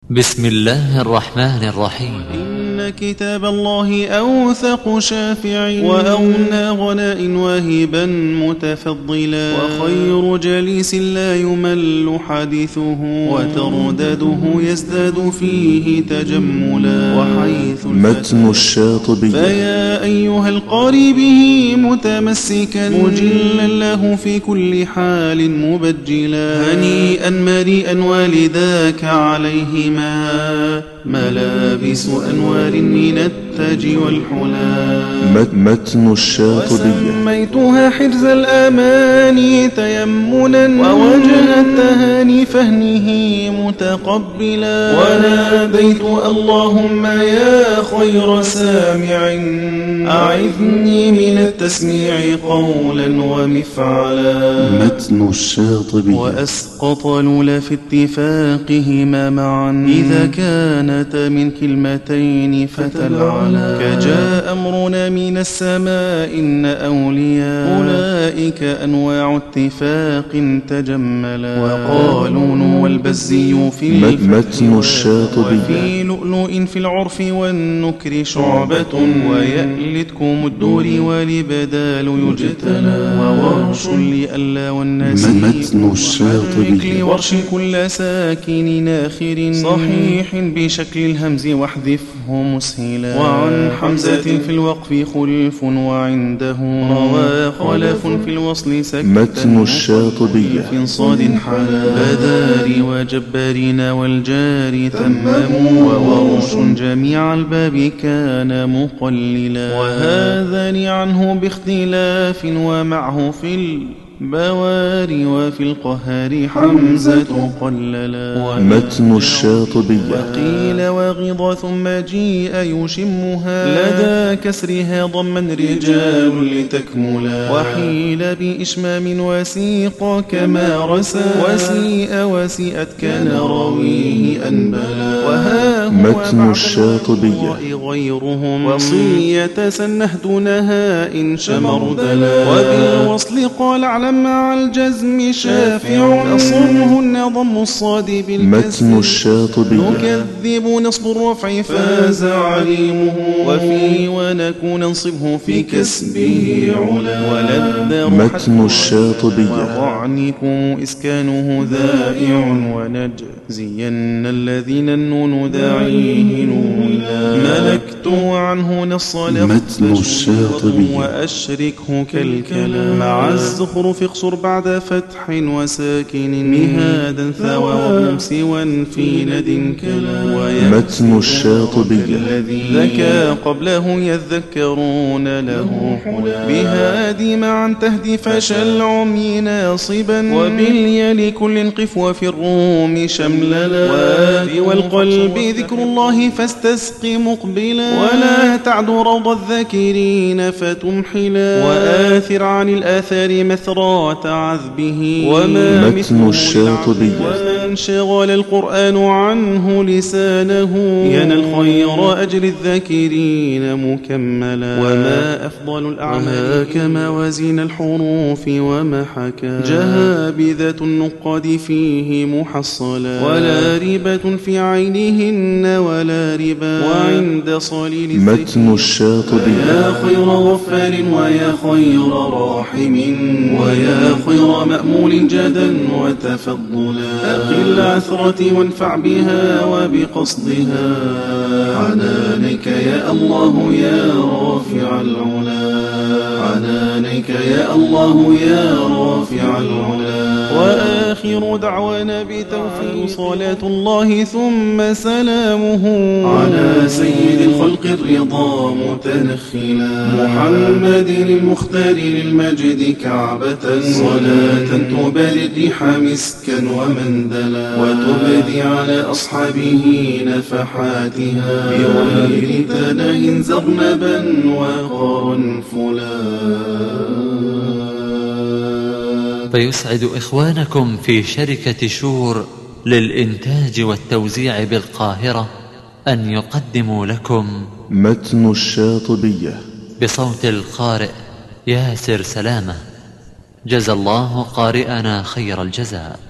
بسم الله الرحمن الرحيم. إن كتاب الله أوثق شافع وأغنى غناء واهبا متفضلا، وخير جليس لا يمل حديثه، وتردده يزداد فيه تجملا. وحيث متن الشاطبي فيا أيها القاري به متمسكا، مجلا له في كل حال مبجلا، هنيئا مريئا والداك عليهما ملابس أنوار من التاج والحلا. متن الشاطبي وسميتها حرز الأماني تيمنا، ووجه التهاني فهنه متقبلا. وناديت اللهم يا خير سامع أعذني من التسميع قولا ومفعلا. متن الشاطبي وأسقط لولا في اتفاقهما معا، إذا كانتا من كلمتين فتلعلا. كجاء أمرنا من السماء إن أولياء أولئك أنواع اتفاق تجملا. وقالون والبزي في متن الشاطبي وفي لؤلؤ في العرف والنكر شعبة، ويألتكم الدور والبدال يجتلى. وورش لألا والناس متن الشاطبي ورش كل ساكن ناخر صحيح بشكل الهمز واحذفه مسهلا. وعن حمزة في الوقف خلف وعنده روى خلف في الوصل سكتا. متن الشاطبي في صاد حلا. بدار وجبارين والجار تمموا، وورش جميع الباب كان مقللا. وهذان عنه باختلاف ومعه في البواري، وفي القهر حمزة قللا. متن الشاطبي وقيل وغض ثم جيء يشمها، لدى كسرها ضما رجال لتكملا. وحيل بإشمام وسيق كما رسى، وسيء وسيئت كان راويه أنبلا. وها هو متن الشاطبي غيرهم وصية سنه دونها إن شمردلا. وبالوصل قال اعلم مع الجزم شافع، أصمهن ضم الصاد بالكسر. متن الشاطبي نكذب نصب الرفع فاز عليمه، وفي ونكون ننصبه في كسبه علا. ولد متن الشاطبي وضعنكم إسكانه ذائع، ونجزين الذين النون داعيه نولا. ملكت عنه نص متن الشاطبي وأشركه كالكلام، مع الزخرف اقصر بعد فتح وساكن، مهادا ثوى وهم سوى في ند كلا. متن الشاطبي الذي ذكى قبله يذكرون له حلا. بهادي معا تهدي فشل عمي ناصبا، وباليا لكل قف وفي الروم شمللا. وفي والقلب ذكر الله فاستسق مقبلا، ولا تعد روض الذاكرين فتمحلا. وآثر عن الآثار مثرات عذبه، وما متن الشاطبي ومن شغل القرآن عنه لسانه، ينال الخير أجر الذاكرين مكملا. وما أفضل الأعمال كموازين الحروف وما حكى، جهابذة النقاد فيه محصلا. ولا ريبة في عينهن ولا ربا، وعند صليل متن الشاطبي يا خير غفار ويا خير راحم، ويا خير مأمول جدا وتفضلا. أقل عثرتي وانفع بها وبقصدها، عنانك يا الله يا رافع العلا. عنانك يا الله يا رافع العلا. وآخر دعوانا بتوفيق صلاة الله ثم سلامه على سيد الخلق الرضا متنخلا، محمد المختار للمجد كعبة، صلاة تبرد الريح مسكا ومندلا، وتبدي على أصحابه نفحاتها بغير تناه زرنبا وقرنفلا. فيسعد إخوانكم في شركة شور للإنتاج والتوزيع بالقاهرة أن يقدموا لكم متن الشاطبية بصوت القارئ ياسر سلامة، جزى الله قارئنا خير الجزاء.